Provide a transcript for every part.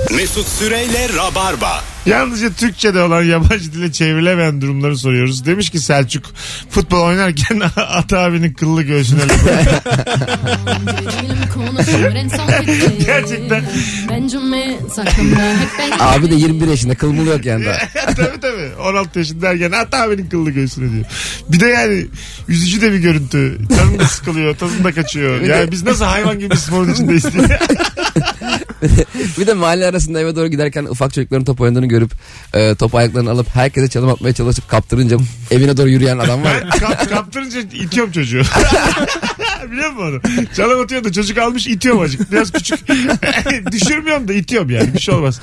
Mesut Süreyle Rabarba. Yalnızca Türkçe'de olan yabancı dile çevrilemeyen durumları soruyoruz. Demiş ki Selçuk, futbol oynarken Ata abinin kıllı göğsüne gerçekten. Abi de 21 yaşında, kılmılı yok yani daha. Tabii 16 yaşında derken Ata abinin kıllı göğsüne diyor. Bir de yani üzücü de bir görüntü. Canım da sıkılıyor, tadın da kaçıyor. Yani biz nasıl hayvan gibi sporun içindeyiz diye. Bir de mahalle arasında eve doğru giderken ufak çocukların top oynadığını görüp topu ayaklarını alıp herkese çalım atmaya çalışıp kaptırınca evine doğru yürüyen adam var. Kaptırınca itiyorum çocuğu. Biliyor musun onu? Çalım atıyor da çocuk almış, itiyorum azıcık. Biraz küçük. Düşürmüyorum da itiyorum yani. Bir şey olmaz.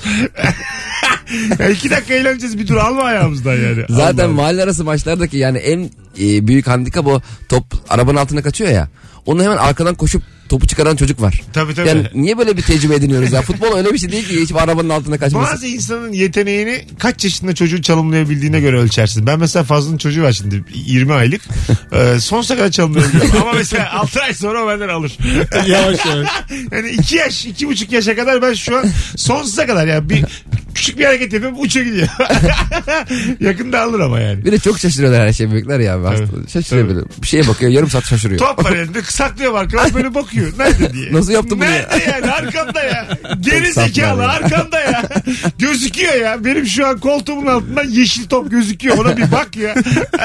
2 dakika eğleneceğiz, bir dur alma ayağımızdan yani. Zaten Allah. mahalle arası maçlardaki yani en büyük handikap o, top arabanın altına kaçıyor ya. Onu hemen arkadan koşup topu çıkaran çocuk var. Tabii. Yani niye böyle bir tecrübe ediniyoruz ya? Futbol öyle bir şey değil ki, hiç arabanın altına kaçmasın. Bazı insanın yeteneğini kaç yaşında çocuğu çalımlayabildiğine göre ölçersin. Ben mesela Fazlı'nın çocuğu var şimdi 20 aylık. Sonsuza kadar çalımlayabiliyorum. Ama mesela 6 ay sonra o benden alır. Yavaş. Yani 2 yaş, 2,5 yaşa kadar ben şu an sonsuza kadar yani bir küçük bir hareket yapıyorum, uça gidiyor. Yakında alır ama yani. Bir de çok şaşırıyorlar her şey bebekler ya. Evet. Şaşırıyor böyle. Bir şeye bakıyor, yarım saat şaşırıyor. Top var elinde, saklıyor arkama, böyle bakıyor. Nerede diye. Nasıl yaptı bunu ya? Nerede yani, arkamda ya. Geri Çok zekalı ya. arkamda ya. Gözüküyor ya. Benim şu an koltuğumun altından yeşil top gözüküyor. Ona bir bak ya.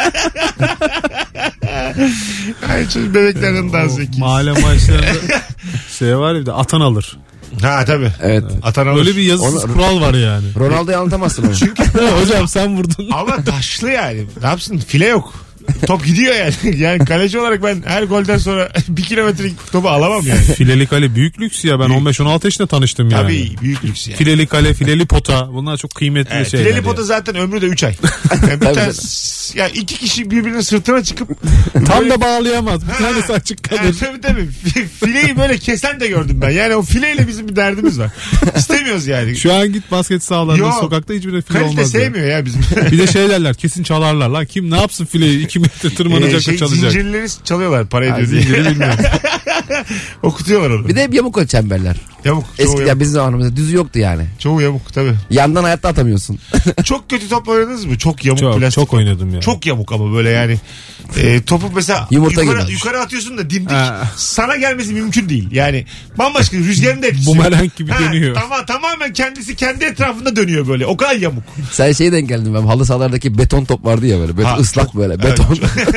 Ay çocuk bebeklerden daha zeki. Mahalle maçlarında şey var ya, bir de atan alır. Ha tabii. Evet. Atan alır. Öyle bir yazısız kural var yani. Ronaldo'yu anlatamazsın onu. Çünkü Hocam sen vurdun. ama taşlı yani. Ne yapsın? File yok. Top gidiyor yani. Yani kaleci olarak ben her golden sonra 1 kilometrelik topu alamam yani. Fileli kale büyük lüks ya. Ben 15-16 yaşında tanıştım yani. Tabii büyük lüks yani. Fileli kale, fileli pota. Bunlar çok kıymetli Evet, şeyler. fileli yani. pota zaten ömrü de 3 ay. Yani bir tane, ya 2 kişi birbirinin sırtına çıkıp Tam da bağlayamaz. Bir tanesi açık kalır. Tabii. Fileyi böyle kesen de gördüm ben. Yani o fileyle bizim bir derdimiz var. İstemiyoruz yani. Şu an git basket sahalarında, Yok. sokakta hiçbir file Kalite olmaz. sevmiyor ya bizim. Bir de şey derler, kesin çalarlar lan. Kim ne yapsın fileyi 2 metre tırmanacak çalacak. Zincirleri çalıyorlar, para ediyor Zinciri diye. bilmiyorum. Okutuyorlar onu. Bir de hep yamuk o çemberler. Yamuk. Çoğu Eskiden yamuk. bizim zamanımızda düzü yoktu yani. Çoğu yamuk tabii. Yandan hayatta atamıyorsun. Çok kötü top oynadınız mı? Çok yamuk Çok, plastik. çok oynadım ya. Çok yamuk ama böyle yani. Topu mesela Yumurta gibi. yukarı atıyorsun da dimdik. Ha. Sana gelmesi mümkün değil. Yani bambaşka rüzgarın da etkisi. Bumerang gibi dönüyor. Tamamen kendisi kendi etrafında dönüyor böyle. O kadar yamuk. Sen şeye denk geldin, ben halı sahalardaki beton top vardı ya böyle. Ha, Islak çok- böyle evet, beton.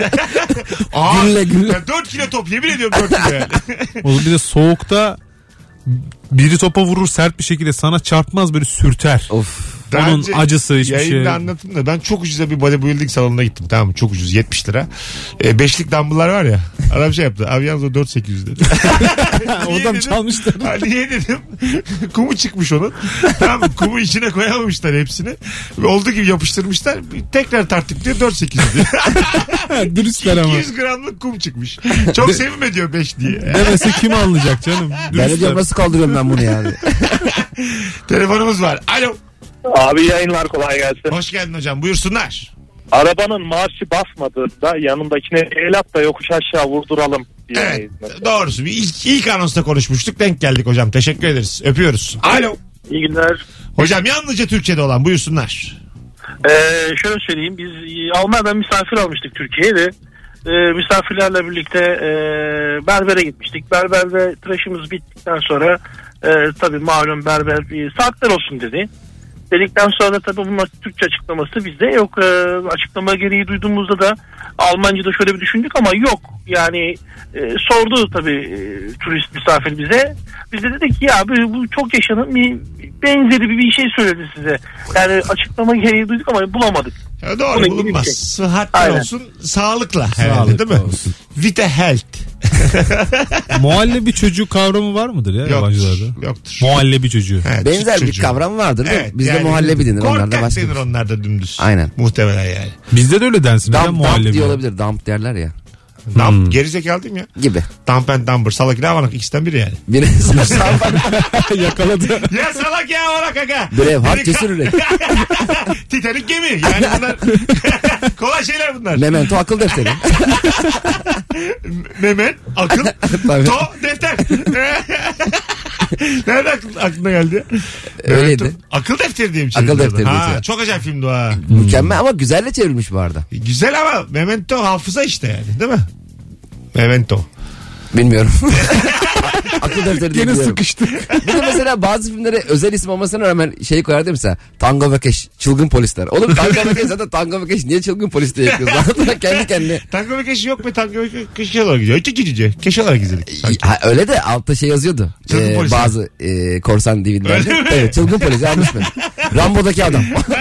Gülle. Ya 4 kilo top, yemin ediyorum 4 kilo yani. Oğlum bir de soğukta biri topa vurur sert bir şekilde, sana çarpmaz, böyle sürter. Of. Daha Onun önce acısı hiçbir şey. yayında anlattım da ben çok ucuza bir bodybuilding salonuna gittim, tamam mı? Çok ucuz, 70 lira. 5'lik dumbbell'lar var ya. Adam şey yaptı. Abi yalnız o 4.800 dedi. Oradan dedim? çalmışlar. Ha, niye dedim? Kumu çıkmış onun. Tamam mı? Kumu içine koyamamışlar hepsini. Olduğu gibi yapıştırmışlar. Tekrar tarttık diyor 4.800 diyor. Dürüstler ama. 200 gramlık kum çıkmış. Çok sevim ediyor 5 diye. Demese kim anlayacak canım? Ben de Dürüstler. diyorum nasıl kaldırıyorum ben bunu yani. Telefonumuz var. Alo. Abi yayınlar, kolay gelsin. Hoş geldin hocam. Buyursunlar. Arabanın marşı basmadığında yanındakine el at da yokuş aşağı vurduralım diye. Evet. Doğrusu. İlk anonsta konuşmuştuk. Denk geldik hocam. Teşekkür ederiz. Öpüyoruz. Alo. İyi günler. Hocam yalnızca Türkçe'de olan, buyursunlar. Şöyle söyleyeyim, biz Almanya'dan misafir almıştık Türkiye'ye ve misafirlerle birlikte berbere gitmiştik. Berberde tıraşımız bittikten sonra tabii malum berber bir saatler olsun dedi. Dedikten sonra tabii bunun Türkçe açıklaması bizde yok. Açıklama gereği duyduğumuzda da Almanca'da şöyle bir düşündük ama yok. Yani sordu tabii turist misafir bize. Biz de dedik ki ya bu çok yaşanan bir benzeri bir şey söyledi size. Yani açıklama gereği duyduk ama bulamadık. Ya doğru, Bunun bulunmaz. gibi bir şey. Sıhhatli Aynen. olsun, sağlıkla herhalde Sağlıklı değil mi? olsun. Vita health. Muhallebi çocuğu kavramı var mıdır ya yabancılarda? Yoktur. Muhallebi çocuğu. Evet, Benzer süt bir çocuğu. kavram vardır değil mi? Evet, Bizde yani muhallebi denir, onlarda korkak başka. denir onlarda dümdüz. Aynen. Muhtemelen yani. Bizde de öyle densin. Neden Dump muhallebi? diye olabilir. Dump derler ya. Dump, gerizekalı değil mi ya? Gibi. Dump and dumper. Salak ne avanak, ikisinden biri yani. Biri Yakaladı. Ya salak ya avanak aga. bir ev harp cesur yürek. Titanic gemi. Yani bunlar kolay şeyler bunlar. Memento akıl defteri. Memen, akıl, Tabii. to, defter. Nerede aklına geldi? Öyleydi. Evet, akıl defteri diye mi Akıl çevirdi? defteri diye Ha, çevirdi. çok acayip filmdi o ha. Mükemmel ama güzelle çevrilmiş bu arada. Güzel ama Memento hafıza işte yani değil mi? Memento. Bilmiyorum. Akıl defteri diye Gene biliyorum. sıkıştık. Bir de mesela bazı filmlere özel isim olmasına rağmen şey koyar değil mi mesela? Tango ve Keş, çılgın polisler. Oğlum Tango ve Keş zaten Tango ve Keş niye çılgın polis diye yapıyorsun? Kendi kendine. Tango ve Keşi yok mu? Tango ve Keşi olarak gidiyor. Keşi olarak izledik. sanki. Ha, öyle de altta şey yazıyordu. Çılgın polis. Bazı korsan DVD'lerde. Öyle mi? Evet, çılgın polis yanlış mı? Rambo'daki adam.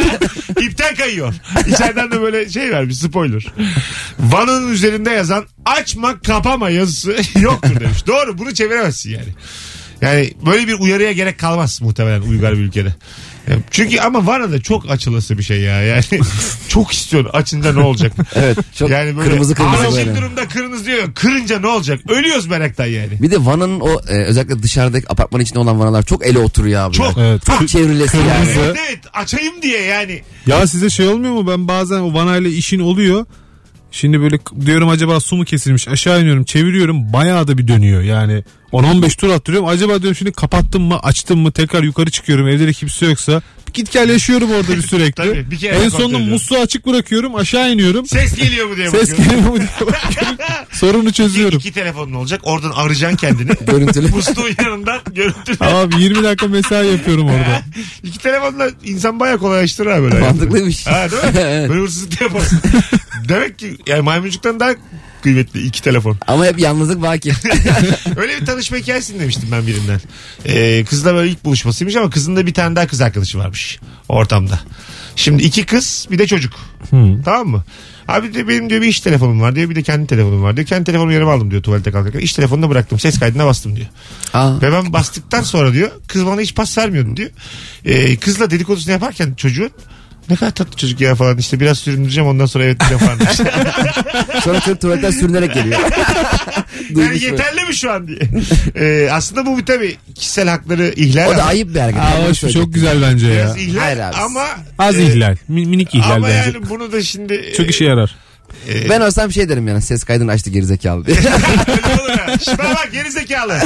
İpten kayıyor. İçeriden de böyle şey vermiş spoiler. Van'ın üzerinde yazan açma kapama yazısı yoktur demiş. Doğru, bunu çeviremezsin yani. Yani böyle bir uyarıya gerek kalmaz muhtemelen uygar bir ülkede. Çünkü ama Van'da çok açılası bir şey ya. Yani çok istiyorsun açınca ne olacak? Evet çok Yani böyle kırmızı acil böyle. durumda kırmızı diyor. Kırınca ne olacak? Ölüyoruz meraktan yani. Bir de Van'ın o özellikle dışarıdaki apartmanın içinde olan vanalar çok ele oturuyor abi. Çok. Evet. Çok çevrilesi yani. Kırmızı. Evet, evet açayım diye yani. Ya size şey olmuyor mu? Ben bazen o vanayla işin oluyor. Şimdi böyle diyorum acaba su mu kesilmiş? Aşağı iniyorum, çeviriyorum. Bayağı da bir dönüyor. Yani 10-15 tur attırıyorum. Acaba diyorum şimdi kapattım mı, açtım mı, tekrar yukarı çıkıyorum. Evde de kimse yoksa. Git gel yaşıyorum orada bir sürekli. Tabii, bir kere En kontrol sonunda ediyorum. musluğu açık bırakıyorum. Aşağı iniyorum. Ses geliyor mu diye Ses bakıyorum. geliyor mu diye bakıyorum. Sorunu çözüyorum. İki telefonun olacak. Oradan arayacaksın kendini. Görüntülü. Musluğun yanından görüntülü. Abi 20 dakika mesai yapıyorum orada. İki telefonla insan bayağı kolaylaştırır ha böyle. Mantıklıymış. Ha değil mi? Böyle hırsızlık yaparsın. Demek ki yani maymuncuktan daha kıymetli iki telefon. Ama hep yalnızlık vaki. Öyle bir tanışma hikayesini demiştim ben birinden. Kızla böyle ilk buluşmasıymış ama kızın da bir tane daha kız arkadaşı varmış ortamda. Şimdi iki kız bir de çocuk. Tamam mı? Abi de benim diyor bir iş telefonum var diyor. Bir de kendi telefonum var diyor. Kendi telefonumu yerime aldım diyor tuvalete kalkarken. İş telefonunu bıraktım. Ses kaydına bastım diyor. Aa. Ve ben bastıktan sonra diyor kız bana hiç pas vermiyordu diyor. Kızla dedikodusunu yaparken çocuğun ne kadar tatlı çocuk ya falan işte biraz süründüreceğim ondan sonra evet diyeceğim falan demiş. Sonra çocuk tuvaletten sürünerek geliyor. Yani Duymuş mu? yeterli mi şu an diye. Aslında bu tabii kişisel hakları ihlal. O da ama ayıp bir hareket. Aa, Ben o bunu çok söyleyecektim. güzel bence ya. Biraz ihlal Hayır abi. ama Az ihlal. Minik ihlal ama bence. yani bunu da şimdi Çok işe yarar. Ben olsam şey derim yani ses kaydını açtı gerizekalı diye. öyle olur ha. Şuna bak geri zekalı.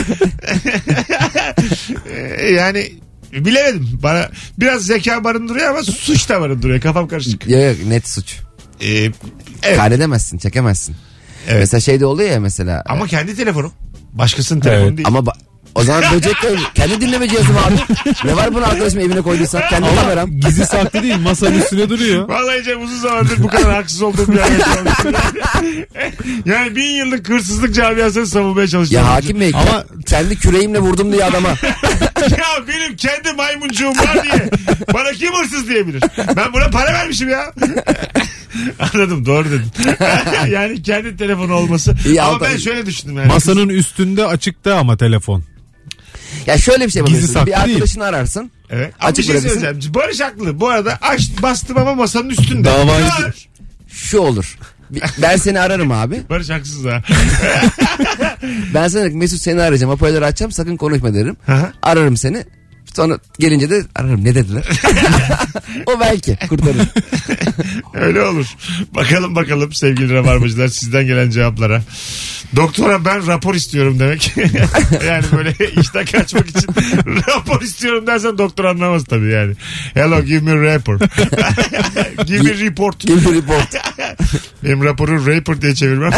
Yani bilemedim. Bana biraz zeka barındırıyor ama suç da barındırıyor. Kafam karışık. Yok net suç. Evet. Kaydedemezsin, çekemezsin. Evet. Mesela şeyde oluyor ya mesela. Ama kendi telefonum. Başkasının telefonu Evet. değil. Ama o zaman böcek kendi dinleme cihazım abi. Ne var bunu arkadaşım evine koyduysan kendi kameram. Gizli saklı değil, masanın üstüne duruyor. Vallahi Cem uzun zamandır bu kadar haksız olduğum bir yer yaşamamıştım. Yani 1000 yıllık hırsızlık camiasını savunmaya çalıştım. Ya hakim bey Ama- kendi küreğimle vurdum diye adama. Ya benim kendi maymuncuğum var diye bana kim hırsız diyebilir? Ben buna para vermişim ya. Anladım doğru dedin. Yani kendi telefonu olması. İyi, ama aldı. ben şöyle düşündüm yani. Masanın üstünde açıkta ama telefon. Ya şöyle bir şey Gizli yapabilirsin. saklı Bir arkadaşını ararsın. Evet. Ama bir Açık şey bırakırsın. söyleyeceğim. Barış haklı. Bu arada bastım ama masanın üstünde. Dava Ne açtı. var? Şu olur. Ben seni ararım abi. Barış haksız ha. Ben sana derim, Mesut seni arayacağım. Hoparlörü açacağım sakın konuşma derim. Aha. Ararım seni. Sonra gelince de ararım ne dediler. O belki kurtarır. Öyle olur. Bakalım sevgili rabarbacılar sizden gelen cevaplara. Doktora ben rapor istiyorum demek. Yani böyle işten kaçmak için rapor istiyorum dersen doktor anlamaz tabii yani. Hello give me a report. Give me report. Give me report. Benim raporu rapor diye çevirmem.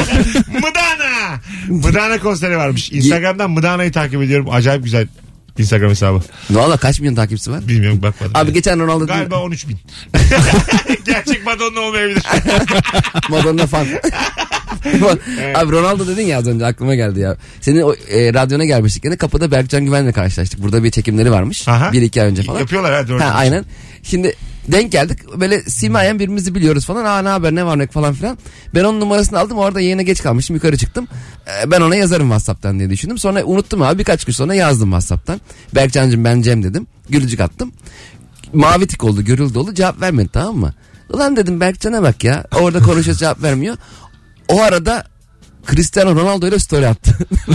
Mıdana. Mıdana konseri varmış. Instagram'dan Mıdana'yı takip ediyorum. Acayip güzel Instagram hesabı. Valla kaç milyon takipçisi var? Bilmiyorum bakmadım. Abi yani. geçen Ronaldo Galiba 13 bin. Gerçek Madonna olmayabilir. Madonna fan. Abi Ronaldo dedin ya az önce aklıma geldi ya. Senin o, radyona gelmiştik yine kapıda Berkcan Güven'le karşılaştık. Burada bir çekimleri varmış. Aha. 1-2 ay önce falan. Yapıyorlar ha doğru. Ha, aynen. Şimdi denk geldik böyle simayen birbirimizi biliyoruz falan. Aa ne haber ne var ne falan filan. Ben onun numarasını aldım orada yayına geç kalmışım yukarı çıktım. Ben ona yazarım WhatsApp'tan diye düşündüm. Sonra unuttum abi birkaç gün sonra yazdım WhatsApp'tan. Berkcan'cığım ben Cem dedim. Gülücük attım. Mavi tik oldu görüldü oldu cevap vermedi tamam mı? Ulan dedim Berkcan'a bak ya orada konuşuyoruz cevap vermiyor. O arada Cristiano Ronaldo ile story attı.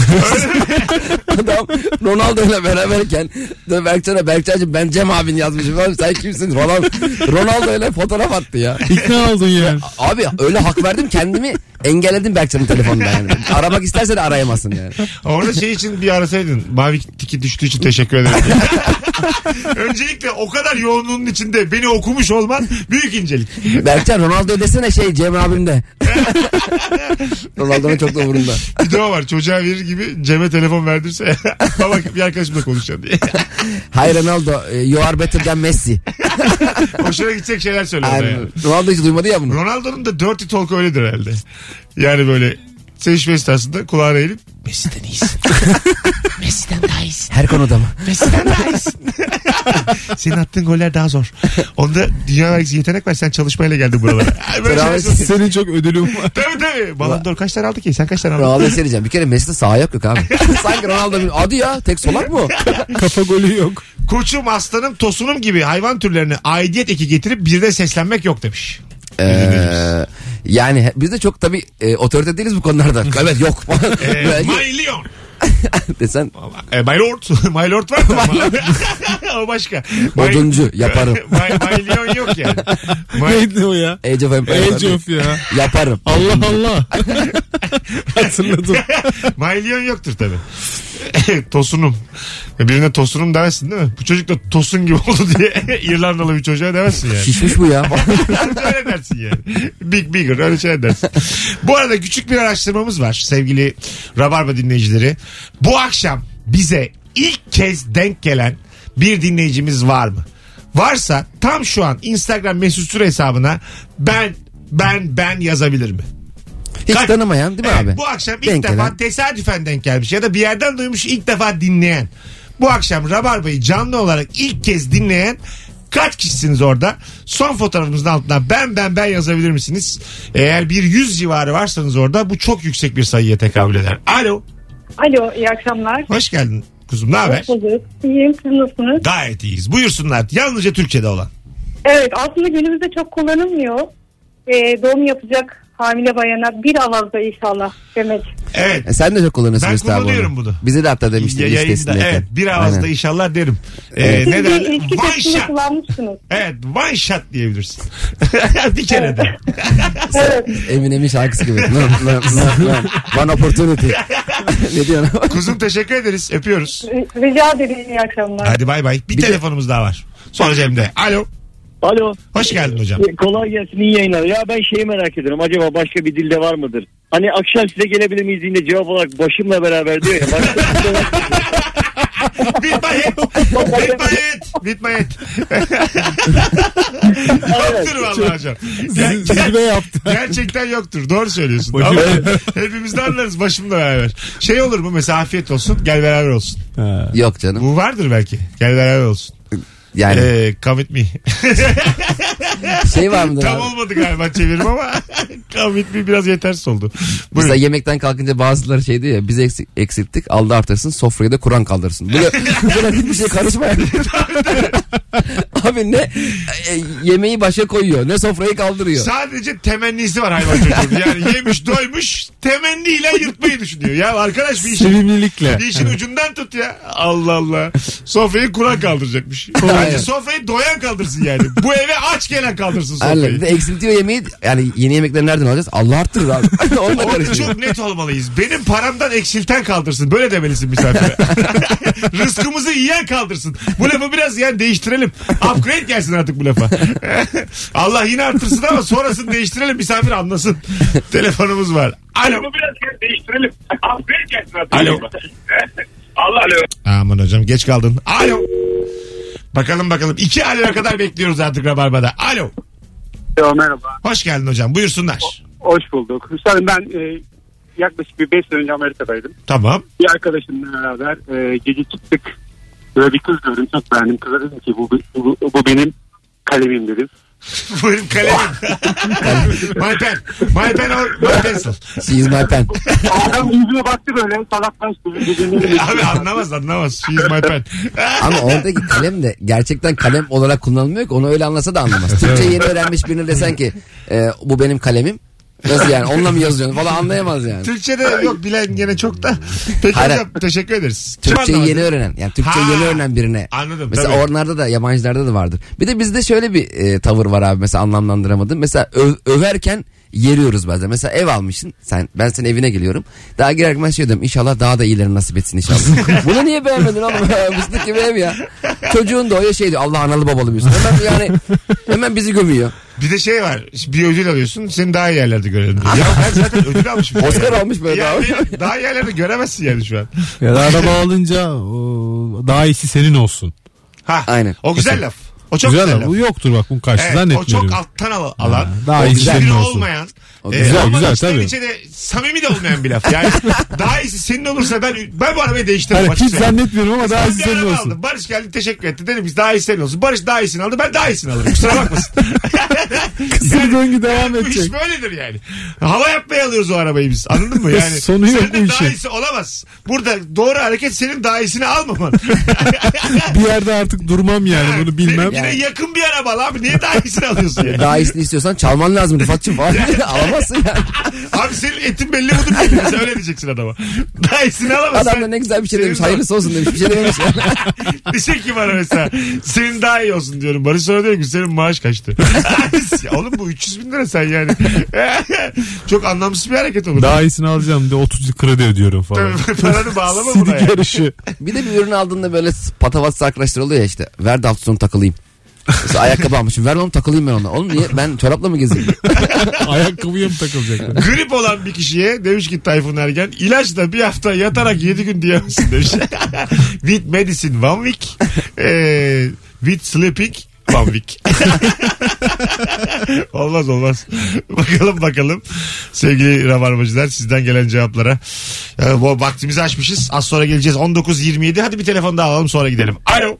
Adam Ronaldo ile beraberken Berkcan'a ben Cem abin yazmışım. Abi sen kimsin? Ronaldo ile fotoğraf attı ya. İkna oldun yani. Abi öyle hak verdim, kendimi engelledim Berkcan'ın telefonunda yani. Aramak isterse de arayamazsın yani. Orada şey için bir arasaydın. Mavi tiki düştüğü için teşekkür ederim. Öncelikle o kadar yoğunluğun içinde beni okumuş olman büyük incelik. Berkcan Ronaldo desene Cem abim de. Ronaldo'nun çok da umurunda. Bir de o var, çocuğa verir gibi Cem'e telefon verdirse baba bir arkadaşımla konuşacağım diye. Hayır Ronaldo, you are better than Messi. Hoşuna gidecek şeyler söylüyor. Yani. Ronaldo hiç duymadı ya bunu. Ronaldo'nun da dirty talk öyledir herhalde. Yani böyle sevişme esnasında kulağına eğilip Messi'den iyisin. Messi'den daha iyisin. Her konuda mı? Messi'den daha iyisin. Senin attığın goller daha zor. Onda dünya vergisi yetenek var. Sen çalışmayla geldin buralara. Senin çok ödülün var. Tabii. Ballon d'Or kaç tane aldı ki? Sen kaç tane aldın? Ronaldo'yu seyredeceğim. Bir kere Messi'de sağ yok abi. Sanki Ronaldo adı ya. Tek solak mı? Kafa golü yok. Koçum, aslanım, tosunum gibi hayvan türlerine aidiyet eki getirip bir de seslenmek yok demiş. Yani biz de çok tabii otorite değiliz bu konularda. Evet yok. My Leon. Desen. My Lord. My Lord var mı? O başka. Oduncu yaparım. My Leon yok yani. Neydi o ya? Age of Empires. Age of ya. Yaparım. Allah. Hatırladım. My Leon yoktur tabii. Tosunum. Birine tosunum demezsin değil mi? Bu çocuk da tosun gibi oldu diye İrlandalı bir çocuğa demezsin yani. Şişmiş bu ya. Öyle dersin yani. Bigger öyle şey dersin. Bu arada küçük bir araştırmamız var sevgili Rabarba dinleyicileri. Bu akşam bize ilk kez denk gelen bir dinleyicimiz var mı? Varsa tam şu an Instagram Mesut Süre hesabına ben yazabilir mi? Hiç tanımayan değil mi abi? Bu akşam ilk defa tesadüfen denk gelmiş ya da bir yerden duymuş, ilk defa dinleyen. Bu akşam Rabarba'yı canlı olarak ilk kez dinleyen kaç kişisiniz orada? Son fotoğrafımızın altına ben yazabilir misiniz? Eğer bir 100 civarı varsanız orada bu çok yüksek bir sayıya tekabül eder. Alo. Alo, iyi akşamlar. Hoş geldin kuzum, ne haber? Hoş bulduk. İyiyim, siz nasılsınız? Gayet iyiyiz. Buyursunlar. Yalnızca Türkiye'de olan. Evet, aslında günümüzde çok kullanılmıyor. Doğum yapacak hamile bayana bir avazda inşallah demek. Evet. Sen de çok kullanıyorsun ben Mesut abi. Ben kullanıyorum bunu. Bize de hatta demiştin listesindeyken. Evet, bir avazda Aynen. inşallah derim. Siz Ne derler? bir ilişki One testinde shot. kullanmışsınız. Evet, one shot diyebilirsin. Bir kere de. Evet. Eminem'in şarkısı gibi. One opportunity. Ne diyorsun? Kuzum teşekkür ederiz. Öpüyoruz. Rica ederim, iyi akşamlar. Hadi bay bay. Bir telefonumuz daha var. Sonra Cem'de. Alo. Alo. Hoş geldin hocam. Kolay gelsin, iyi yayınlar. Ya ben şeyi merak ediyorum. Acaba başka bir dilde var mıdır? Hani akşam size gelebilir miyiz deyince cevap olarak başımla beraber diyor ya. Başka bir dilde var mıdır? With my head. Yoktur vallahi hocam. Zirve yaptı. Gerçekten yoktur. Doğru söylüyorsun. Başım. Ama hepimiz de anlarız başımla beraber. Şey olur mu mesela, afiyet olsun gel beraber olsun. Yok canım. Bu vardır belki. Gel beraber olsun. Yani Come with me. şey var mıdır Tam abi? olmadı galiba çevirim ama come with me biraz yetersiz oldu. Mesela Buyurun. yemekten kalkınca bazıları şey diyor ya, biz eksilttik aldı artırsın, sofrayı da Kur'an kaldırsın. Buna hiçbir şey karışma yani. Abi ne yemeği başa koyuyor, ne sofrayı kaldırıyor. Sadece temennisi var hayvan çocuğun. Yani yemiş doymuş temenniyle yırtmayı düşünüyor. Ya arkadaş bir işin, Sevimlilikle. bir işin ucundan tut ya. Allah Allah. Sofrayı Kur'an kaldıracakmış. Bence sofrayı doyan kaldırsın yani. Bu eve aç gelen kaldırsın sofrayı. Aynen. Bir de eksiltiyor yemeği, yani yeni yemekleri nereden alacağız? Allah arttırır abi. Onunla Orada karışıyor. çok net olmalıyız. Benim paramdan eksilten kaldırsın. Böyle demelisin misafire. Rızkımızı yiyen kaldırsın. Bu lafı biraz yani değiştirelim. Upgrade gelsin artık bu lafa. Allah yine artırsın ama sonrasını değiştirelim. Misafir anlasın. Telefonumuz var. Alo. Biraz değiştirelim. Upgrade gelsin artık. Alo. Alo. Aman hocam geç kaldın. Alo. Bakalım. 2 aloya kadar bekliyoruz artık Rabarba'da. Alo. Merhaba. Hoş geldin hocam. Buyursunlar. Hoş bulduk. Üstadım ben yaklaşık bir 5 sene önce Amerika'daydım. Tamam. Bir arkadaşımla beraber gece çıktık. Böyle bir kız gördüm, çok beğendim. Kıza dedim ki bu benim kalemim dedim. Buyurun kalemim. My pen. My pen or my pencil. She is my pen. Adam yüzüme baktı böyle salaklaştı. Abi anlamaz. She is my pen. Ama oradaki kalem de gerçekten kalem olarak kullanılmıyor ki, onu öyle anlasa da anlamaz. Türkçe yeni öğrenmiş birine desen ki bu benim kalemim. Nasıl yani onunla mı yazıyorsun falan anlayamaz yani. Türkçe'de yok bilen gene çok da. Peki Hayır. hocam teşekkür ederiz. Kim Türkçeyi anlamadı? yeni öğrenen. Yani Türkçeyi Ha, yeni öğrenen birine. anladım, Mesela tabii. onlarda da yabancılarda da vardır. Bir de bizde şöyle bir tavır var abi mesela anlamlandıramadım. Mesela överken yeriyoruz bazen. Mesela ev almışsın. Ben senin evine geliyorum. Daha girerken ben şey diyorum. İnşallah daha da iyilerini nasip etsin inşallah. Bunu niye beğenmedin oğlum? Mıstık gibi ev ya. Çocuğun da o ya şey diyor. Allah analı babalı mısın? Hemen bizi gömüyor. Bir de şey var. Bir ödül alıyorsun. Seni daha iyi yerlerde görelim diyor. Ya ben zaten ödül almışım. Oscar almış böyle Ya daha. beni daha iyi yerlerde göremezsin yani şu an. Ya da araba alınca daha iyisi senin olsun. Ha, Aynen. o güzel laf. O çok Güzel güzel ama laf. bu yoktur bak bunun karşı Evet, o zannetmiyorum. çok alttan alan. daha o iyisi güzel senin olsun. olmayan. O güzel, ama güzel, içten tabii. içe de samimi de olmayan bir laf. Yani daha iyisi senin olursa ben bu arabayı değiştiririm. Hani açık hiç söyleyeyim. zannetmiyorum ama daha Ben iyisi bir senin araba olsun. aldım. Barış geldi teşekkür etti. Dedim ki daha iyisi senin olsun. Barış daha iyisini aldı. Ben daha iyisini alırım. Kusura bakmasın. Kısır döngü devam Bu iş edecek. böyledir yani. Hava yapmaya alıyoruz o arabayı biz. Anladın mı? Yani Sonu yok senin bu daha işin. iyisi olamaz. Burada doğru hareket senin daha iyisini almaman. Bir yerde artık durmam yani bunu bilmem. Benimkine yakın bir araba al abi. Niye daha iyisini alıyorsun yani? Daha iyisini istiyorsan çalman lazım Rıfat'cığım falan. Alamazsın yani. Abi senin etin belli budur belli. Sen öyle diyeceksin adama. Daha iyisini alamazsın. Adam da ne güzel bir şey demiş. Senin- Hayırlısı olsun demiş. Bir şey dememiş. Diyecek ki bana mesela senin daha iyi olsun diyorum. Barış sonra diyor ki senin maaş kaçtı. Ya oğlum bu 300 bin lira sen yani. Çok anlamsız bir hareket olur. Daha iyisini alacağım de 30 kredi ödüyorum falan. Tabii, paranı bağlama buna Sidik ya. yarışı. Bir de bir ürün aldığında böyle patavatsız arkadaşlar oluyor ya işte. Ver de hafta sonu takılayım. Mesela ayakkabı almışım. Ver oğlum takılayım ben ona. Oğlum niye? Ben çorapla mı gezeyim? Ayakkabıya mı takılacak? Grip olan bir kişiye demiş ki Tayfun Ergen ilaçla bir hafta yatarak 7 gün diyemezsin demiş. With medicine one week. With sleeping one week. Olmaz. Bakalım sevgili rabarbacılar sizden gelen cevaplara. Bu vaktimizi aşmışız. Az sonra geleceğiz. 19.27 hadi bir telefon daha alalım sonra gidelim. Alo.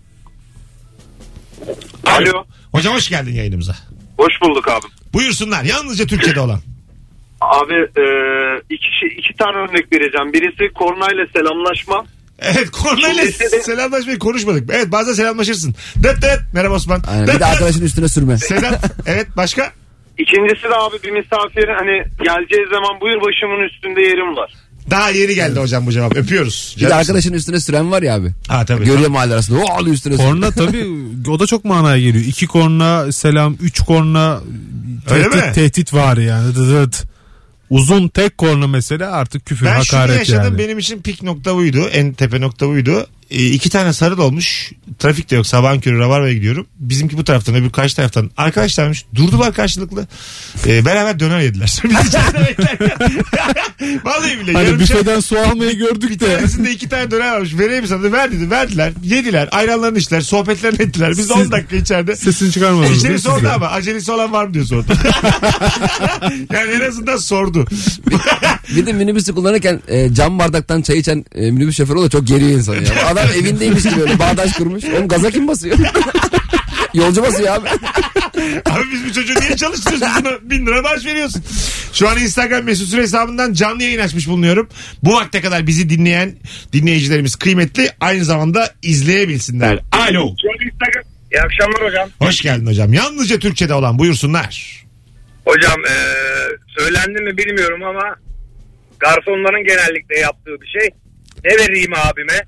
Alo. Hocam hoş geldin yayınımıza. Hoş bulduk abi. Buyursunlar. Yalnızca Türkiye'de olan. Abi iki tane örnek vereceğim. Birisi kornayla selamlaşma. Evet kornayla selamlaşmayı konuşmadık. Evet bazen selamlaşırsın. Dıt dıt. Merhaba Osman. Aynen. Dıt Bir de dıt. arkadaşın üstüne sürme. Selam. Evet başka? İkincisi de abi bir misafir hani geleceği zaman buyur başımın üstünde yerim var. Daha yeni geldi hocam bu cevap. Öpüyoruz. Bir de arkadaşın üstüne süren var ya abi. Ha tabii. Görüyor mahalle arasında. O alıyor üstüne süren. Korna tabii o da çok manaya geliyor. 2 korna selam, 3 korna Öyle mi? tehdit var yani. Dıt. Uzun tek korna mesela artık küfür, Ben şunu hakaret yaşadım yani. benim için pik nokta buydu. En tepe nokta buydu. 2 tane sarı dolmuş. Trafik de yok. Sabahın körü Rabarba'ya gidiyorum. Bizimki bu taraftan öbür karşı taraftan. Arkadaşlarmış. Durdular karşılıklı. Beraber döner yediler. Biz içeride beklerken. Vallahi bile. Hani yarım büfeden su almayı gördük Bir de. tanesinde 2 tane döner almış. Vereyim mi sana? Ver dedi. Verdiler. Yediler. Ayranlarını içtiler. Sohbetlerini ettiler. Biz de 10 dakika içeride. Sesini çıkarmadınız. değil İçeri mi sordu siz de? ama acelesi olan var mı diye sordu. Yani en azından sordu. Bir de minibüsü kullanırken cam bardaktan çay içen minibüs şoförü o da çok geriyor insanı ya. Adam evindeymiş gibi öyle bağdaş kurmuş. Oğlum gaza kim basıyor? Yolcu basıyor abi. Abi biz bu çocuğu niye çalıştırıyoruz? Biz buna 1000 lira maaş veriyorsun. Şu an Instagram mesut süre hesabından canlı yayın açmış bulunuyorum. Bu vakte kadar bizi dinleyen dinleyicilerimiz kıymetli. Aynı zamanda izleyebilsinler. Alo. İyi akşamlar hocam. Hoş geldin hocam. Yalnızca Türkçe'de olan buyursunlar. Hocam söylendi mi bilmiyorum ama garsonların genellikle yaptığı bir şey. Ne vereyim abime?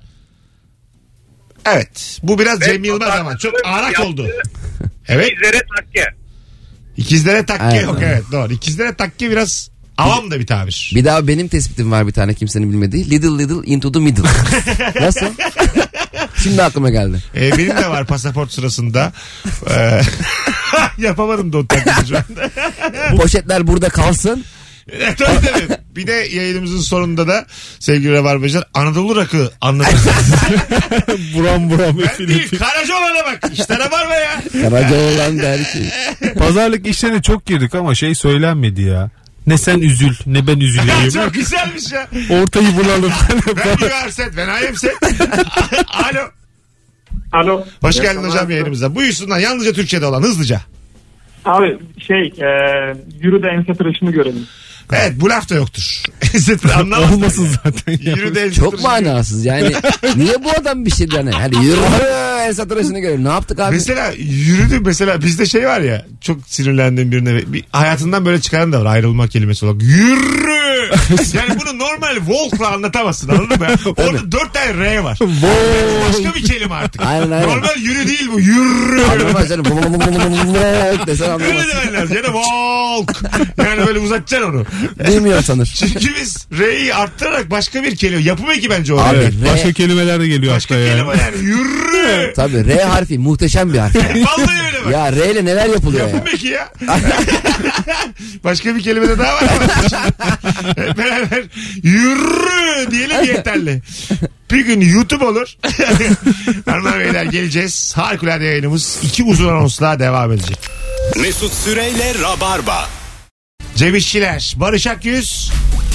Evet. Bu biraz Cem Ve Yılmaz ama çok arak yaptığı oldu. Evet. Bizlere takke. İkizlere takke Evet. yok. Evet doğru. İkizlere takke biraz avam da bir tabir. Bir daha benim tespitim var bir tane kimsenin bilmediği. Little into the middle. Nasıl? Şimdi aklıma geldi. Benim de var pasaport sırasında. Yapamadım da o taklidi şu anda. Poşetler burada kalsın. Tabii. Bir de yayınımızın sonunda da sevgili Rabarbacılar Anadolu rakı anlatacağız. Buram Ben değil Karacaoğlan'a bak. İşte Rabarba ya. Karacaoğlan der ki. Pazarlık işlerine çok girdik ama şey söylenmedi ya. Ne sen üzül ne ben üzüleyim. Çok güzelmiş ya. Ortayı bulalım. Ben you are set, ben I am set. Alo. Alo. Hoş geldin hocam yayınımıza. Buyursunlar yalnızca Türkçe'de olan hızlıca. Abi Euro da ense tıraşını görelim. Evet bu laf da yoktur. Anlamaz. Olmasın zaten. Yürü de Çok manasız yani. Niye bu adam bir şey yani? Hadi yürü. Esat arasını görelim. Ne yaptık abi? Mesela yürüdü mesela bizde şey var ya çok sinirlendiğim birine bir hayatından böyle çıkaran da var ayrılma kelimesi olarak. Yürü. Yani bunu normal walk'la anlatamazsın anladın mı? Orada 4 tane R var. Başka bir kelime artık. Aynen. Normal yürü değil bu. Yürü. Anlamaz canım. Desen Öyle anlamaz. demen lazım. Ya da walk. Yani böyle uzatacaksın onu. Bilmiyor sanır. Çünkü biz R'yi arttırarak başka bir kelime. Yapım eki bence o. Abi, R. Evet, başka kelimeler de geliyor Başka hatta kelime yani. yani. Yürü. Tabii R harfi muhteşem bir harf. Vallahi öyle bak. Ya R ile neler yapılıyor ya. Yapım eki ya. Başka bir kelime de daha var ama. Hep beraber yürü diyelim yeterli. Bir gün YouTube olur. Hanımlar beyler geleceğiz. Harikulade yayınımız 2 uzun anonsla devam edecek. Mesut Süreyle Rabarba. Cem İşçiler, Barış Akyüz.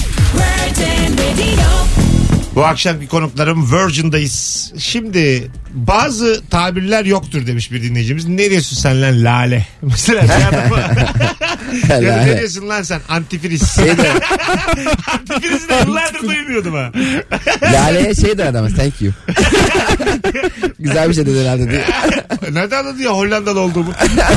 Bu akşamki konuklarım Virgin'dayız. Şimdi bazı tabirler yoktur demiş bir dinleyicimiz. Ne diyorsun sen lan lale? Mesela bir adamı... ya da ne diyorsun lan sen antifriz? Antifrizi de yıllardır duymuyordum ha. Lale'ye şey der adamız thank you. Güzel bir şey dedi herhalde diye. Nereden anladın ya Hollandalı olduğumu?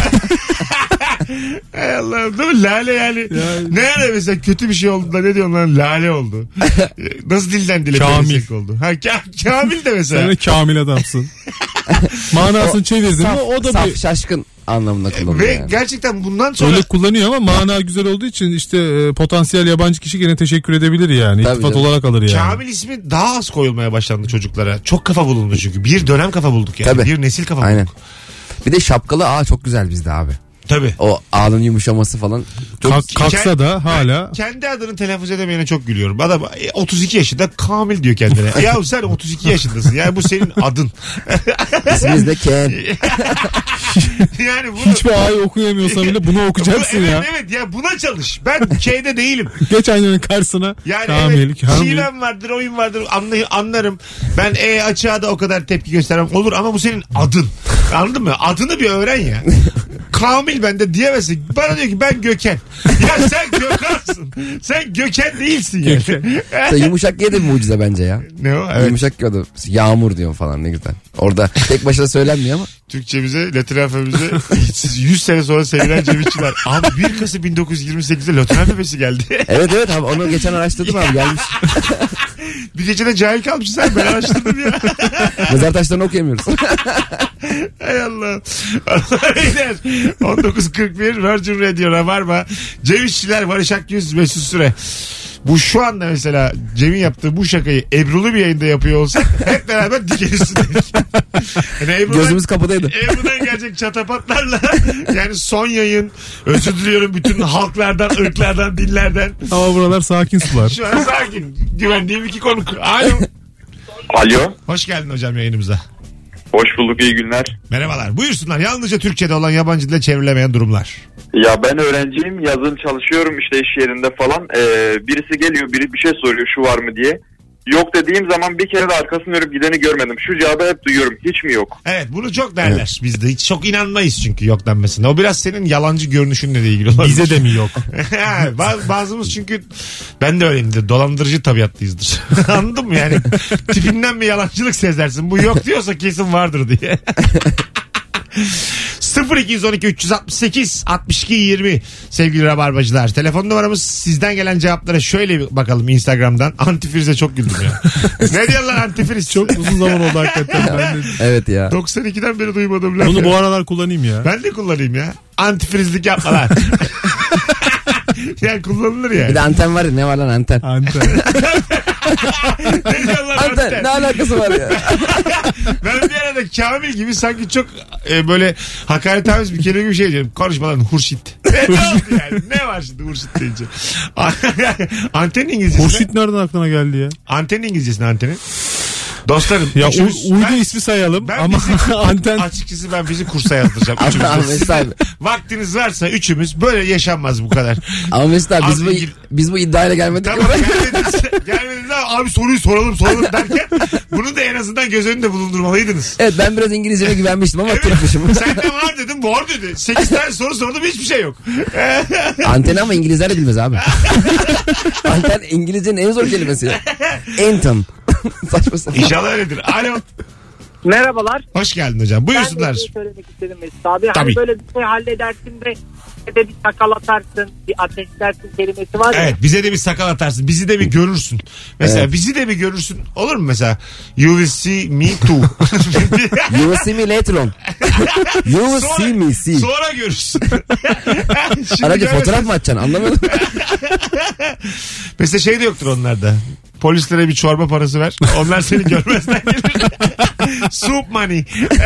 Hay Allah'ım değil mi? Lale yani. Ne yani mesela kötü bir şey oldu da ne diyorsun lan lale oldu. Nasıl dilden dile Kamil oldu. Ha, Kamil de mesela. Sen de kamil adamsın. Manasını çevirdin mi o da Saf bir... şaşkın anlamında kullanılıyor Ve yani. gerçekten bundan sonra... Öyle kullanıyor ama mana güzel olduğu için işte potansiyel yabancı kişi gene teşekkür edebilir yani. Tabii İltifat canım. olarak alır yani. Kamil ismi daha az koyulmaya başlandı çocuklara. Çok kafa bulundu çünkü. Bir dönem kafa bulduk yani. Tabii. Bir nesil kafa Aynen. bulduk. Bir de şapkalı ağ çok güzel bizde abi. Tabii. O ağın yumuşaması falan. Çok Kalksa da hala... Kendi adını telaffuz edemeyene çok gülüyorum. Adam 32 yaşında Kamil diyor kendine. Ya sen 32 yaşındasın. Yani bu senin adın. ismimiz de Ken. Yani bunu... Hiçbir A'yı okuyamıyorsan bile bunu okuyacaksın evet, ya. Evet ya buna çalış. Ben şeyde değilim. Geç aynanın karşısına. Yani Kamil, evet şivem vardır, oyun vardır, anlarım. Ben açığa da o kadar tepki göstermem. Olur ama bu senin adın. Anladın mı? Adını bir öğren ya. Kamil bende diyemezsin. Bana diyor ki ben Gökhan. Ya sen Gökhan'sın. Sen Gökhan değilsin yani. Yumuşak G de bir mucize bence ya. Ne o? Evet. Yumuşak G o da yağmur diyorum falan ne güzel. Orada tek başına söylenmiyor ama. Türkçemize, Latin alfabemize 100 sene sonra sevilen Cem İşçiler. Abi 1 Kasım 1928'de Latin alfabesi geldi. Evet abi onu geçen araştırdım abi gelmiş. Bir gecede cahil kalmışsın sen. Ben araştırdım ya. Mezar taşlarını okuyamıyoruz. Hay Allah. Beyler 19.41 Virgin Radio Rabarba. Cem İşçiler, Barış Akyüz, Mesut Süre. Bu şu anda mesela Cem'in yaptığı bu şakayı Ebru'lu bir yayında yapıyor olsak hep beraber diken üstündeydik. Yani Gözümüz kapıdaydı. Ebru'dan gelecek çatapatlarla yani son yayın özür diliyorum bütün halklardan, ırklardan, dillerden. Ama buralar sakin sular. Şu an sakin. Güvendiğim 2 konuk. Alo. Alo. Hoş geldin hocam yayınımıza. Hoş bulduk, iyi günler. Merhabalar. Buyursunlar. Yalnızca Türkçe'de olan yabancı dile çevrilemeyen durumlar. Ya ben öğrenciyim, yazın çalışıyorum işte iş yerinde falan. Birisi geliyor, biri bir şey soruyor şu var mı diye. Yok dediğim zaman bir kere de arkasını dönüp gideni görmedim. Şu cevabı hep duyuyorum. Hiç mi yok? Evet bunu çok derler bizde. Hiç çok inanmayız çünkü yok denmesine. O biraz senin yalancı görünüşünle de ilgili olabilir. Bize de mi yok? Bazımız çünkü ben de öyleyimdir. Dolandırıcı tabiatlıyızdır. Anladın mı yani? Tipinden bir yalancılık sezersin. Bu yok diyorsa kesin vardır diye. 0212 368 62 20 sevgili rabarbacılar. Telefon numaramız sizden gelen cevaplara şöyle bir bakalım Instagram'dan. Antifrize çok güldüm ya. Ne diyorlar antifriz? Çok uzun zaman oldu hakikaten. Ben de... Evet ya. 92'den beri duymadım. Bunu bu aralar kullanayım ya. Ben de kullanayım ya. Antifrizlik yapma lan. Yani kullanılır yani. Bir de anten var ya ne var lan anten. Anten. Ne diyorlar Anten ne alakası var ya. Ben bir arada Kamil gibi sanki çok böyle hakaretamiz bir kelime gibi şey diyorum. Konuşma lan Hurşit. Ne oldu yani? Ne var şimdi Hurşit deyince? Antenin İngilizcesi Hurşit nereden aklına geldi ya? Antenin İngilizcesi antenin. Dostlarım. Ya üçümüz- uydu ben- ismi sayalım ben ama bizi- anten Açıkçası ben bizi kursa yazdıracağım. Ama Üçümüz de. Mesut abi, Vaktiniz varsa üçümüz böyle yaşanmaz bu kadar. ama Mesut abi Az biz bu iddiayla gelmedik. Tamam gelmediniz ama abi soruyu soralım derken bunu da en azından göz önünde bulundurmalıydınız. Evet, ben biraz İngilizceme güvenmiştim ama tutmuşum. Sen de var dedim var dedi. 8 tane soru sordum hiçbir şey yok. Anteni ama İngilizler de bilmez abi. Anten İngilizcenin en zor kelimesi. Anten. Saçma sapan. İnşallah öyledir. Alo. Merhabalar. Hoş geldin hocam. Buyursunlar. Ben de bir şey söylemek istedim Mesut abi. Tabii. Hani böyle bir şey halledersin de bir sakal atarsın, bir ateşlersin kelimesi var ya. Evet bize de bir sakal atarsın. Bizi de bir görürsün. Mesela Evet. bizi de bir görürsün. Olur mu mesela? You will see me too. You will see me later on. You will see me see. Sonra görürsün. Şimdi Aracı görmesen- fotoğraf mı atacaksın, anlamadım. Mesela şey de yoktur onlarda. Polislere bir çorba parası ver. Onlar seni görmezden gelir. Soup money.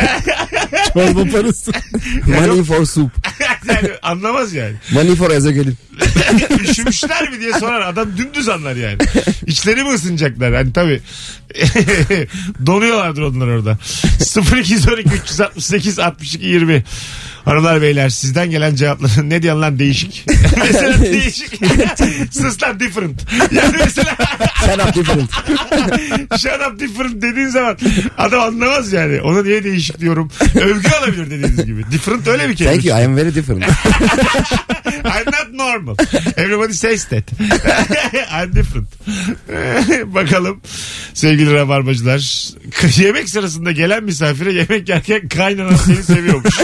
çorba parası. Money for soup. Yani anlamaz yani. Money for ezogelin. Üşümüşler mi diye sorar. Adam dümdüz anlar yani. İçleri mi ısınacaklar? Hani tabii. Donuyorlardır onlar orada. 0212 368 62 20. Hanımlar beyler sizden gelen cevapların ne diyorsun lan değişik. Mesela değişik. Sus lan different. Yani mesela Shut up different. shut up different dediğin zaman adam anlamaz yani. Ona niye değişik diyorum. Övgü alabilir dediğiniz gibi. Different öyle bir kelime. Thank you, I am very different. I'm not normal. Everybody says that. I'm different. Bakalım sevgili rabarbacılar. Yemek sırasında gelen misafire yemek yerken kaynanan seni seviyormuş.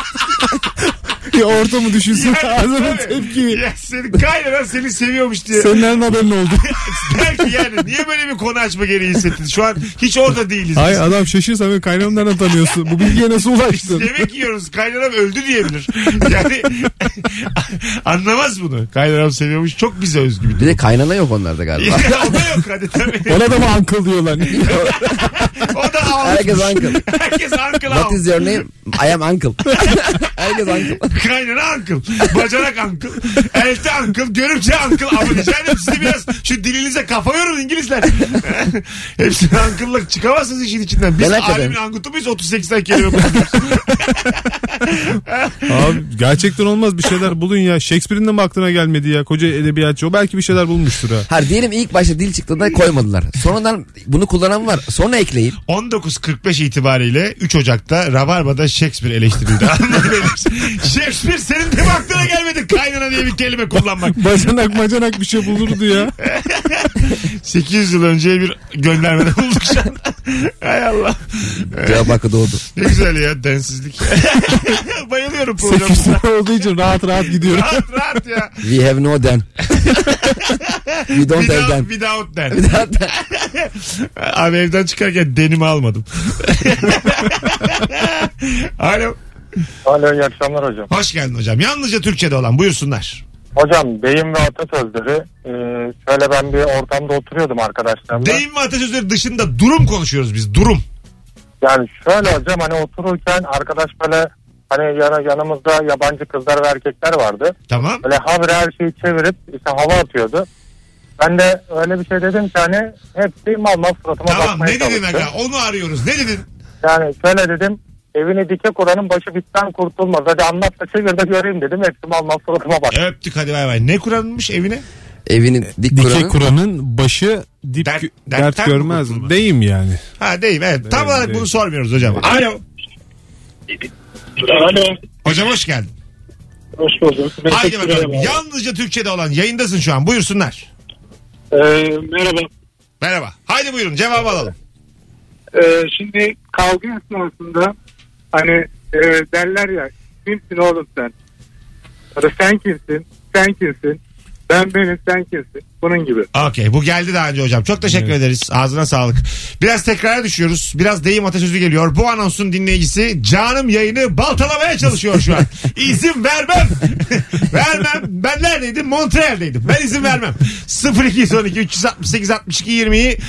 Ya ortamı düşünsün. Yani Ağzına tabii. tepki. Ya senin kaynanan seni seviyormuş diye. Senin nereden haberin oldu? Belki yani niye böyle bir konu açma gereği hissettin? Şu an hiç orada değiliz. biz. Hayır adam şaşırsa ben kaynağımı nereden tanıyorsun? Bu bilgiye nasıl ulaştın? Yemek yiyoruz. Kaynanam öldü diyebilir. Yani anlamaz bunu. Kaynanam seviyormuş. Çok bize özgü bir Bir durum. de kaynana yok onlarda galiba. Ya, o da yok hadi tabii. Ona da mı uncle diyorlar? O da ağır. Herkes uncle. Herkes uncle What ağır. is your name? I am uncle. Herkes uncle. Kaynana uncle. Bacanak uncle. Elti uncle. Görümce uncle. Ama rica ederim sizi biraz şu dilinize kafa yorun İngilizler. Hepsini uncle'lık çıkamazsınız işin içinden. Biz Ben hakikaten. alemin angutu muyuz? 38'den kelime buluyoruz. Abi gerçekten olmaz bir şeyler bulun ya. Shakespeare'in de mi aklına gelmedi ya? Koca edebiyatçı. O belki bir şeyler bulmuştur ha. Her diyelim ilk başta dil çıktığında koymadılar. Sonradan bunu kullanan var. Sonra ekleyin. 19.45 itibariyle 3 Ocak'ta Rabarba'da Shakespeare eleştirildi. Shakespeare senin de mi aklına gelmedi kaynana diye bir kelime kullanmak. Bacanak bir şey bulurdu ya. 800 yıl önce bir göndermede bulduk şu an. Hay Allah. Cevap hakkı doğdu. Ne güzel ya densizlik. Bayılıyorum programımıza. 8 olduğu için rahat gidiyorum. Rahat ya. We have no den. We don't have den. Without den. Abi evden çıkarken denimi almadım. Alo. Alo iyi akşamlar hocam. Hoş geldin hocam. Yalnızca Türkçe'de olan buyursunlar. Hocam deyim ve atasözleri şöyle ben bir ortamda oturuyordum arkadaşlarımla. Deyim ve atasözleri dışında durum konuşuyoruz biz. Durum. Yani şöyle hocam hani otururken arkadaş böyle hani yanımızda yabancı kızlar ve erkekler vardı. Tamam. Böyle habire her şeyi çevirip işte hava atıyordu. Ben de öyle bir şey dedim ki hani hepsi mal suratıma Tamam bakmaya ne dedin çalıştı. aga? Onu arıyoruz. Ne dedin? Yani şöyle dedim evini dike kuranın başı bitten kurtulmaz. Hadi anlat da çevir de göreyim dedim. Hepsi mal suratıma bak. Öptük hadi bay bay. Ne kuranmış evine? Evinin dik Dike kuranı. kuranın başı Dert dert mi görmez. kurtulmaz? Deyim yani. Ha değil evet. Tam Evet, olarak değil. bunu sormuyoruz hocam. Alo. Alo. Hocam hoş geldin. Hoş bulduk. Haydi bakalım. Yalnızca Türkçe'de olan yayındasın şu an. Buyursunlar. Merhaba. Merhaba. Haydi buyurun cevabı alalım. Şimdi kavga esnasında hani derler ya kimsin oğlum sen? Ya da sen kimsin? Sen kimsin? Ben benim sen kimsin? Bunun gibi. Okey bu geldi daha önce hocam. Çok teşekkür ederiz. Ağzına sağlık. Biraz tekrara düşüyoruz. Biraz deyim atasözü geliyor. Bu anonsun dinleyicisi canım yayını baltalamaya çalışıyor şu an. İzin vermem. Vermem. Ben neredeydim? Montreal'deydim. Ben izin vermem. 0212 368 62 20'yi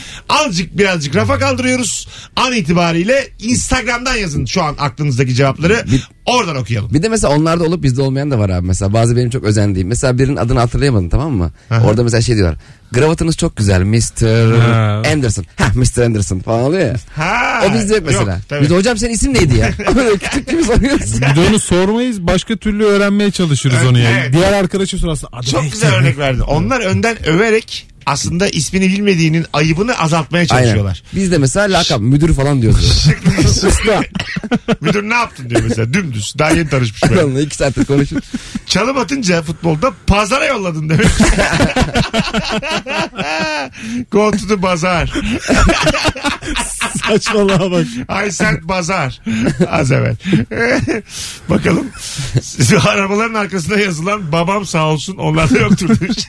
birazcık rafa kaldırıyoruz. An itibariyle Instagram'dan yazın şu an aklınızdaki cevapları. Oradan okuyalım. Bir de mesela onlarda olup bizde olmayan da var abi. Mesela bazı benim çok özendiğim. Mesela birinin adını hatırlayamadım, tamam mı? Aha. Orada mesela şey diyorlar. Gravatınız çok güzel Mr. Ha. Anderson. Mr. Anderson falan oluyor ya. Ha, O bizde yok mesela. tabii. Biz de hocam senin isim neydi ya? Böyle küçük gibi soruyoruz. Bir de onu sormayız, başka türlü öğrenmeye çalışırız onu ya. Evet. Diğer arkadaşa sorarsın. "Adı Çok neydi?" güzel örnek verdin. Onlar önden överek aslında ismini bilmediğinin ayıbını azaltmaya çalışıyorlar. Aynen. Biz de mesela lakap müdür falan diyoruz. Usta. Müdür ne yaptın diyor mesela, dümdüz. Daha yeni tanışmış ben. Onunla 2 saattir konuşup. Çalım atınca futbolda pazara yolladın demek. Go to the pazar. Saçmalığa bak. I sent pazar. Az evvel. Bakalım. Arabaların arkasına yazılan babam sağ olsun onlarda yoktur demiş.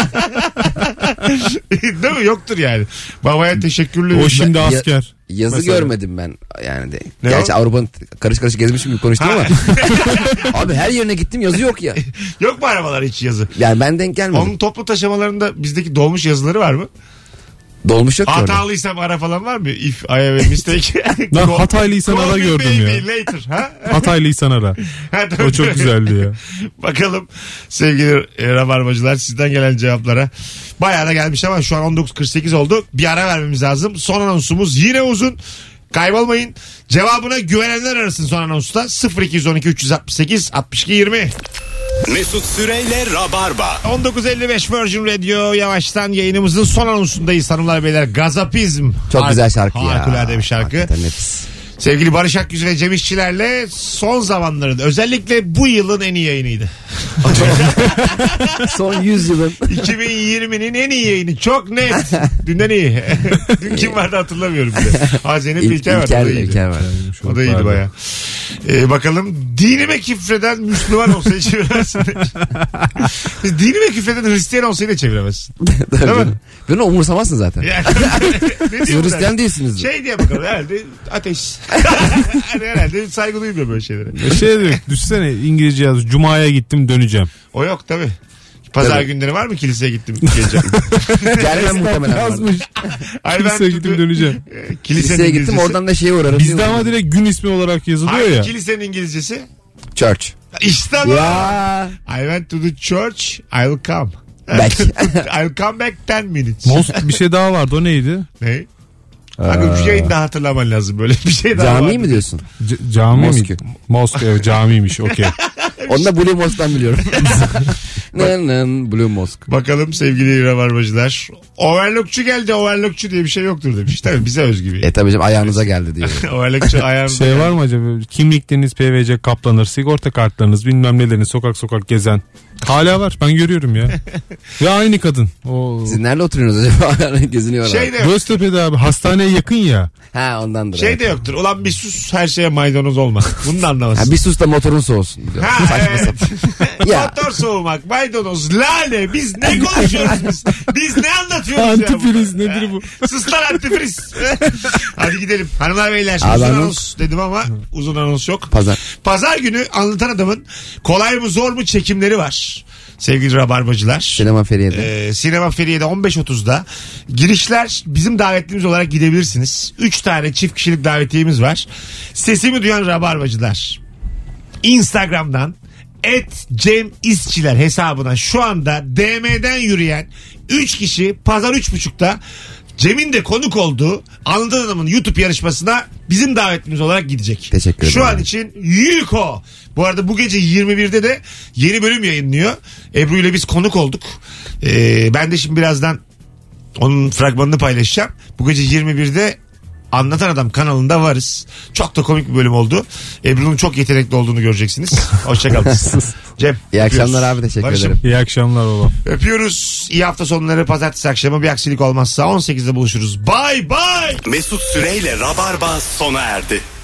Değil mi? Yoktur yani. Babaya teşekkürlü. O şimdi asker. Yazı Mesela. görmedim ben yani de. Ne Gerçi o? Avrupa'nın karış karış gezmişim gibi konuştum Ha. ama. Abi her yerine gittim, yazı yok ya. Yok mu arabalar hiç yazı? Yani ben denk gelmedim. Onun toplu taşımalarında bizdeki dolmuş yazıları var mı? Dolmuş yok ki orada. Hatalıysam ara falan var mı? If I have a mistake. Lan Hataylıysan Call ara me gördüm baby ya. later. Ha? Hataylıysan ara. Ha, O çok güzeldi ya. Bakalım sevgili rabarbacılar sizden gelen cevaplara. Bayağı da gelmiş ama şu an 19.48 oldu. Bir ara vermemiz lazım. Son anonsumuz yine uzun. Kaybolmayın. Cevabına güvenenler arasın son anonsta. 0212 368 62 20. Mesut Süreyle Rabarba. 19.55 Virgin Radio, yavaştan yayınımızın son anonsundayız hanımlar beyler. Gazapizm. Çok güzel şarkı ya. Harikulade bir şarkı. Hakikaten nefis. Sevgili Barış Akgüz ve Cem İşçilerle son zamanların, özellikle bu yılın en iyi yayınıydı. Son 100 yılın. 2020'nin en iyi yayını. Çok net. Dünden iyi. Dün kim vardı hatırlamıyorum bile. Zeynep İlker vardı. O da iyiydi. İlker var. O da iyiydi baya. Bakalım dinime küfreden Müslüman olsa hiç çeviremezsin. Dinime küfreden Hristiyan olsa yine çeviremezsin. Değil mi? Beni umursamazsın zaten. Yani, ne Siz diyor bu Hristiyan der? değilsiniz. Şey diye bakalım herhalde ateş. Hani herhalde saygı duymuyor böyle şeylere. Şey diyor, düşsene İngilizce yaz. Cuma'ya gittim döneceğim. O yok tabii. Pazar Tabii. günleri var mı kiliseye gittim geleceğim. Gelmem muhtemelen. Yazmış. Ay ben Kiliseye gittim döneceğim. Kiliseye gittim, oradan da şeye uğrarım. Bizde ama direkt gün ismi olarak yazılıyor Hangi ya. kilisenin İngilizcesi? Church. İşte bu. Ya. I went to the church. I will come. Back. I'll come back 10 minutes. Most bir şey daha vardı, o neydi? Ne? Kanka bir şeyini daha hatırlaman lazım böyle bir şey daha Cami vardı. mi diyorsun? Cami Moskü. mi? Moskü, evet, camiymiş, okey. Onu da Blue Mosque'dan biliyorum. Blue Mosque. Bakalım sevgili rabarbacılar. Overlockçu geldi, overlockçu diye bir şey yoktur demiş. Tabii bize özgü bir. Tabii canım, ayağınıza geldi diyor. Overlockçu ayağımıza Şey geldi. var mı acaba? Kimlikleriniz PVC kaplanır, sigorta kartlarınız, bilmem neleriniz sokak sokak gezen. Hala var, ben görüyorum ya. Ve aynı kadın. O Siz nerede oturuyorsunuz acaba? Geziniyorlar. Şey de yok. Göztepe'de abi, hastaneye yakın ya. Ha, ondandır. Şey evet. de yoktur. Ulan bir sus, her şeye maydanoz olma. Bunu da anlamazsın. Ha, bir sus da motorun soğusun diyor. Ha, Saçma evet. sapan. Ya. Motor soğumak, maydanoz, lale. Biz ne konuşuyoruz biz? Biz ne anlatıyoruz ya? Antifriz nedir bu? Sus lan antifriz. Hadi gidelim. Hanımlar beyler. Abi Uzun anons. anons dedim ama uzun anons yok. Pazar. Pazar günü Anlatan Adam'ın kolay mı zor mu çekimleri var. Sevgili rabarbacılar. Sinema Feriye'de. Sinema Feriye'de 15.30'da. Girişler bizim davetlimiz olarak gidebilirsiniz. 3 tane çift kişilik davetiyemiz var. Sesimi duyan rabarbacılar. Instagram'dan @Cem İşçiler hesabına şu anda DM'den yürüyen 3 kişi pazar 3.30'da Cem'in de konuk olduğu Anlatan Adam'ın YouTube yarışmasına bizim davetlimiz olarak gidecek. Teşekkür ederim. Şu an için Yuko. Bu arada bu gece 21'de de yeni bölüm yayınlıyor. Ebru ile biz konuk olduk. Ben de şimdi birazdan onun fragmanını paylaşacağım. Bu gece 21'de Anlatan Adam kanalında varız. Çok da komik bir bölüm oldu. Ebru'nun çok yetenekli olduğunu göreceksiniz. Hoşçakalın. Cem. İyi akşamlar öpüyoruz. abi, teşekkür Barış'ım, ederim. İyi akşamlar baba. öpüyoruz. İyi hafta sonları, pazartesi akşamı bir aksilik olmazsa 18'de buluşuruz. Bye bye. Mesut Süreyle Rabarba sona erdi.